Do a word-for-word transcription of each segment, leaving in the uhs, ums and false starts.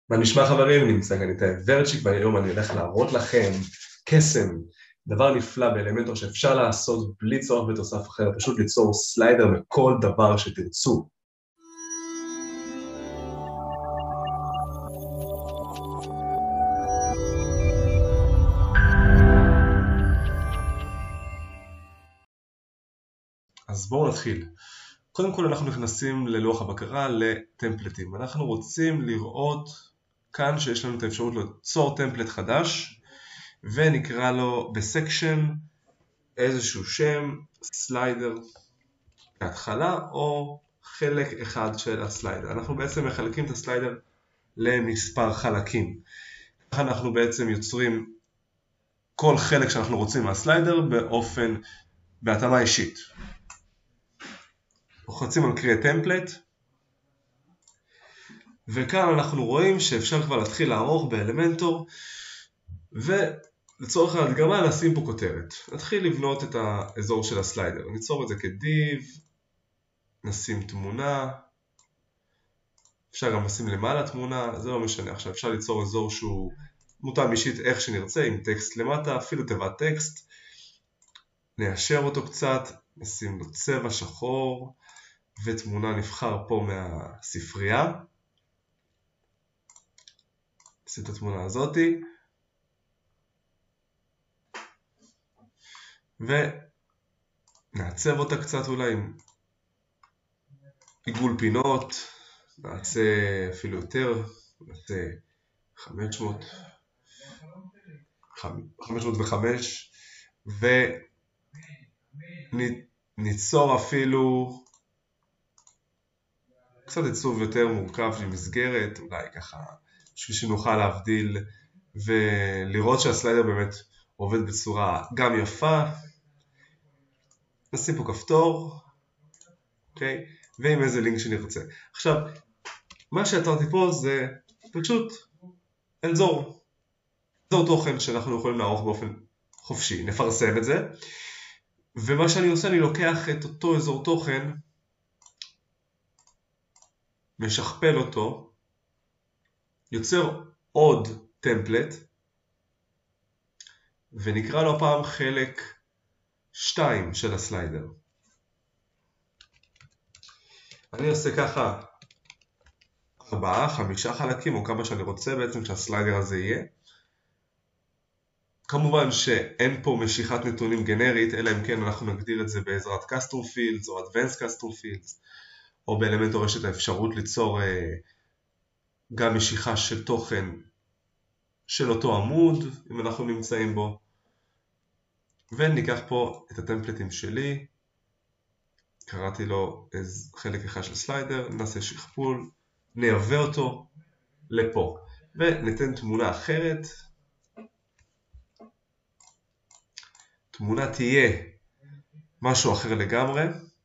מה נשמע חברים? נמצא כאן איתי ורצ'יק, והיום אני הולך להראות לכם קסם, דבר נפלא באלמנטור שאפשר לעשות בלי צורך בתוסף אחר, פשוט ליצור סליידר מכל דבר שתרצו. אז בואו נתחיל. קודם כל אנחנו נכנסים ללוח הבקרה לטמפלטים. אנחנו רוצים לראות כאן שיש לנו את האפשרות ליצור טמפלט חדש, ונקרא לו בסקשן איזשהו שם, סליידר בהתחלה או חלק אחד של הסליידר. אנחנו בעצם מחלקים את הסליידר למספר חלקים. ככה אנחנו בעצם יוצרים כל חלק שאנחנו רוצים מהסליידר באופן, בהתאמה אישית. לוחצים על create template, וכאן אנחנו רואים שאפשר כבר להתחיל לערוך באלמנטור, ולצורך ההדגמה נשים פה כותרת. נתחיל לבנות את האזור של הסליידר, ניצור את זה כדיב, נשים תמונה, אפשר גם לשים למעלה תמונה, זה לא משנה. עכשיו אפשר ליצור אזור שהוא מותאם אישית איך שנרצה, עם טקסט למטה, אפילו תיבת טקסט, ניישר אותו קצת, נשים לו צבע שחור, ותמונה נבחר פה מהספרייה. נשים את התמונה הזאתי. ונעצב אותה קצת אולי עם עיגול פינות. נעשה אפילו יותר, נעשה חמש מאות, חמש מאות וחמש, וניצור אפילו קצת עיצוב יותר מורכב של מסגרת, אולי ככה, בשביל שנוכל להבדיל ולראות שהסליידר באמת עובד בצורה גם יפה. נשים פה כפתור, אוקיי? ועם איזה לינק שנרצה. עכשיו, מה שיצרתי פה זה פשוט אזור, אזור תוכן שאנחנו יכולים לערוך באופן חופשי. נפרסם את זה, ומה שאני עושה, אני לוקח את אותו אזור תוכן, משכפל אותו, יוצר עוד טמפלט, ונקרא לו פעם חלק שתיים של הסליידר. אני עושה ככה ארבעה, חמישה חלקים, או כמה שאני רוצה בעצם שהסליידר הזה יהיה. כמובן שאין פה משיכת נתונים גנרית, אלא אם כן אנחנו נגדיר את זה בעזרת custom fields או advanced custom fields, או באלמנטור יש את האפשרות ליצור גם משיכה של תוכן של אותו עמוד, אם אנחנו נמצאים בו. וניקח פה את הטמפלטים שלי, קראתי לו איזה חלק אחד של סליידר, נעשה שכפול, נייבא אותו לפה, וניתן תמונה אחרת. תמונה תהיה משהו אחר לגמרי,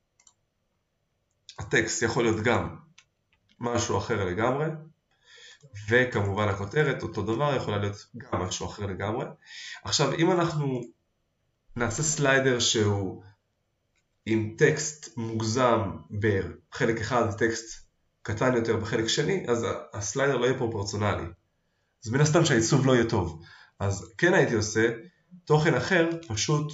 הטקסט יכול להיות גם משהו אחר לגמרי, וכמובן הכותרת אותו דבר יכולה להיות גם משהו אחר לגמרי. עכשיו אם אנחנו נעשה סליידר שהוא עם טקסט מוגזם בחלק אחד, טקסט קטן יותר בחלק שני, אז הסליידר לא יהיה פרופורציונלי, אז מן הסתם שהעיצוב לא יהיה טוב. אז כן הייתי עושה תוכן אחר פשוט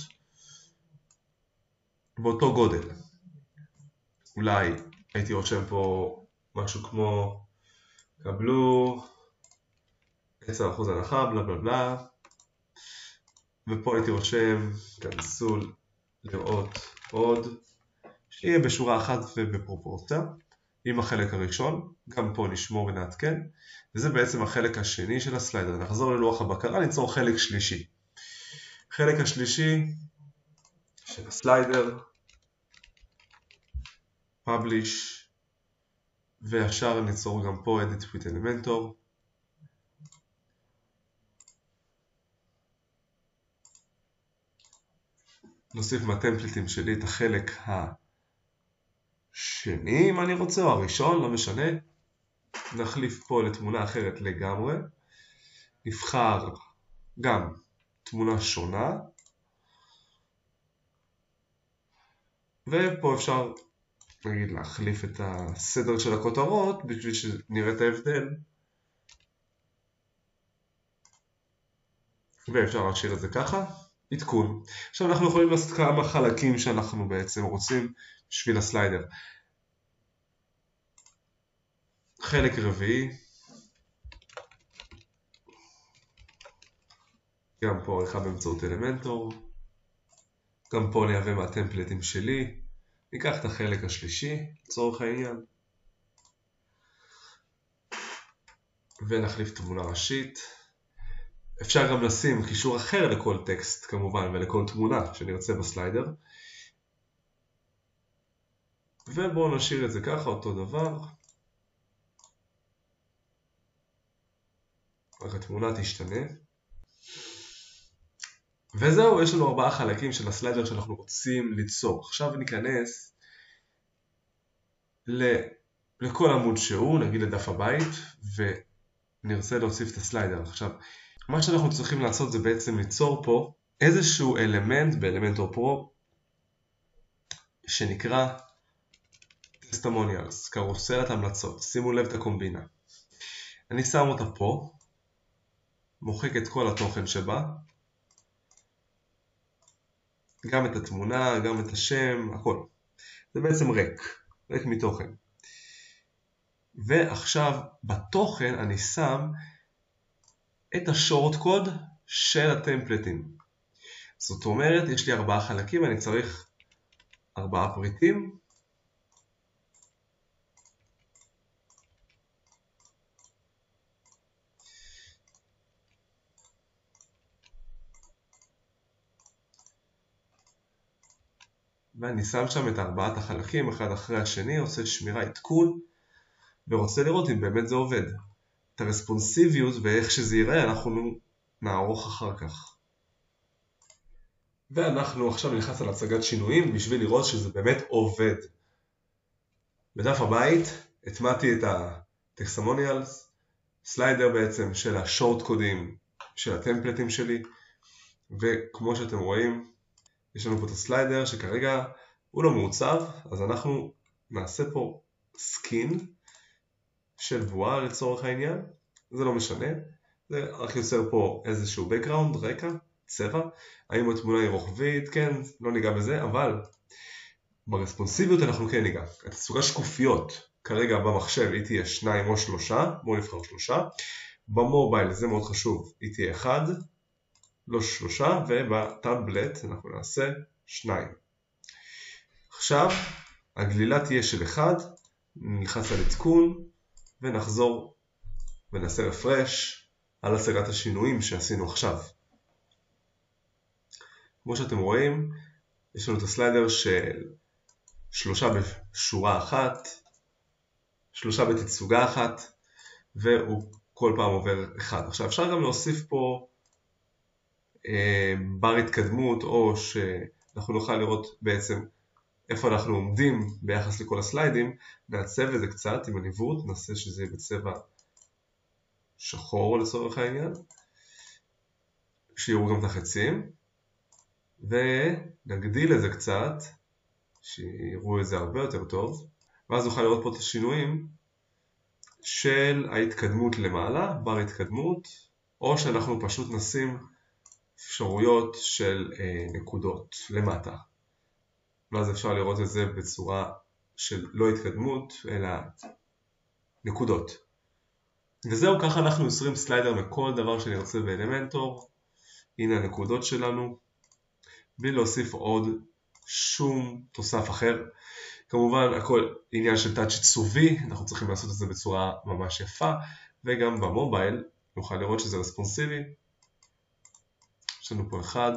באותו גודל. אולי הייתי רושם פה משהו כמו קבלו עשרה אחוז הנחה בלה בלה בלה, ופה הייתי רושם כנסו לראות עוד, שיהיה בשורה אחת ובפרופורציה עם החלק הראשון. גם פה נשמור ונעדכן, וזה בעצם החלק השני של הסליידר. נחזור ללוח הבקרה, ניצור חלק שלישי. חלק השלישי של הסליידר, publish, וישר ניצור גם פה edit with elementor. נוסיף מהטמפלטים שלי את החלק השני אם אני רוצה, או הראשון, לא משנה. נחליף פה לתמונה אחרת לגמרי. נבחר גם תמונה שונה. ופה אפשר נגיד להחליף את הסדר של הכותרות בשביל שנראה את ההבדל ואפשר להשאיר את זה ככה, עדכון. עכשיו אנחנו יכולים לעשות כמה חלקים שאנחנו בעצם רוצים בשביל הסליידר. חלק רביעי, גם פה עריכה באמצעות אלמנטור, גם פה נייבא מהטמפלטים שלי, ניקח את החלק השלישי לצורך העניין, ונחליף תמונה ראשית. אפשר גם לשים קישור אחר לכל טקסט כמובן ולכל תמונה שנרצה בסליידר. ובואו נשאיר את זה ככה, אותו דבר. רק התמונה תשתנה. וזהו, יש לנו ארבעה חלקים של הסליידר שאנחנו רוצים ליצור. עכשיו ניכנס לכל עמוד שהוא, נגיד לדף הבית, ונרצה להוסיף את הסליידר. עכשיו, מה שאנחנו צריכים לעשות זה בעצם ליצור פה איזשהו אלמנט באלמנטור פרו שנקרא טסטימוניאלס, קרוסלת המלצות. שימו לב את הקומבינה. אני שם אותה פה, מוחק את כל התוכן שבה, גם את התמונה, גם את השם, הכל. זה בעצם ריק, ריק מתוכן. ועכשיו בתוכן אני שם את השורט קוד של הטמפלטים. זאת אומרת, יש לי ארבעה חלקים, אני צריך ארבעה פריטים. ואני שם שם את ארבעת החלקים, אחד אחרי השני, עושה שמירה עדכון, ורוצה לראות אם באמת זה עובד. את הרספונסיביות ואיך שזה ייראה אנחנו נערוך אחר כך. ואנחנו עכשיו נכנס על הצגת שינויים בשביל לראות שזה באמת עובד. בדף הבית הטמעתי את הטסטימוניאלס, סליידר בעצם של השורט קודים של הטמפלטים שלי, וכמו שאתם רואים יש לנו פה את הסליידר שכרגע הוא לא מעוצב, אז אנחנו נעשה פה סקין של בועה לצורך העניין, זה לא משנה, זה רק יוצר פה איזשהו background, רקע, צבע, האם התמונה היא רוחבית, כן, לא ניגע בזה, אבל ברספונסיביות אנחנו כן ניגע. התצוגה שקופיות, כרגע במחשב היא תהיה שניים או שלושה, בואו נבחר שלושה, במובייל זה מאוד חשוב, היא תהיה אחד, לא שלושה, ובטאבלט אנחנו נעשה שניים. עכשיו הגלילה תהיה של אחד, נלחץ על עדכון, ונחזור ונעשה רפרש על הצגת השינויים שעשינו עכשיו. כמו שאתם רואים, יש לנו את הסליידר של שלושה בשורה אחת, שלושה בתצוגה אחת, והוא כל פעם עובר אחד. עכשיו אפשר גם להוסיף פה אה, בר התקדמות, או שאנחנו נוכל לראות בעצם איפה אנחנו עומדים ביחס לכל הסליידים. נעצב את זה קצת עם הניווט, נעשה שזה יהיה בצבע שחור לצורך העניין, שיראו גם את החצים, ונגדיל את זה קצת, שיראו את זה הרבה יותר טוב, ואז נוכל לראות פה את השינויים של ההתקדמות למעלה, בר התקדמות, או שאנחנו פשוט נשים אפשרויות של אה, נקודות למטה. ואז אפשר לראות את זה בצורה של לא התקדמות, אלא נקודות. וזהו, ככה אנחנו יוצרים סליידר מכל דבר שנרצה באלמנטור. הנה הנקודות שלנו, בלי להוסיף עוד שום תוסף אחר. כמובן הכל עניין של טאץ' עיצובי, אנחנו צריכים לעשות את זה בצורה ממש יפה, וגם במובייל נוכל לראות שזה רספונסיבי. יש לנו פה אחד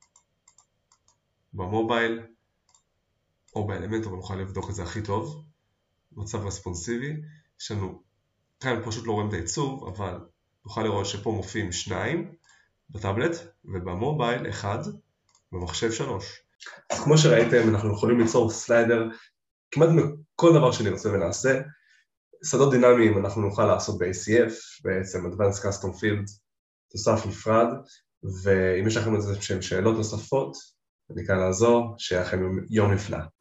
במובייל או באלמנטור, נוכל לבדוק את זה הכי טוב. מצב רספונסיבי, יש לנו, כאן פשוט לא רואים את העיצוב, אבל נוכל לראות שפה מופיעים שניים בטאבלט, ובמובייל אחד, במחשב שלוש. אז כמו שראיתם, אנחנו יכולים ליצור סליידר כמעט מכל דבר שנרצה ונעשה. שדות דינמיים אנחנו נוכל לעשות ב-איי סי אף, בעצם Advanced Custom Field, תוסף נפרד, ואם יש לכם איזה שהן שאלות נוספות, אני כאן לעזור, שיהיה לכם יום נפלא.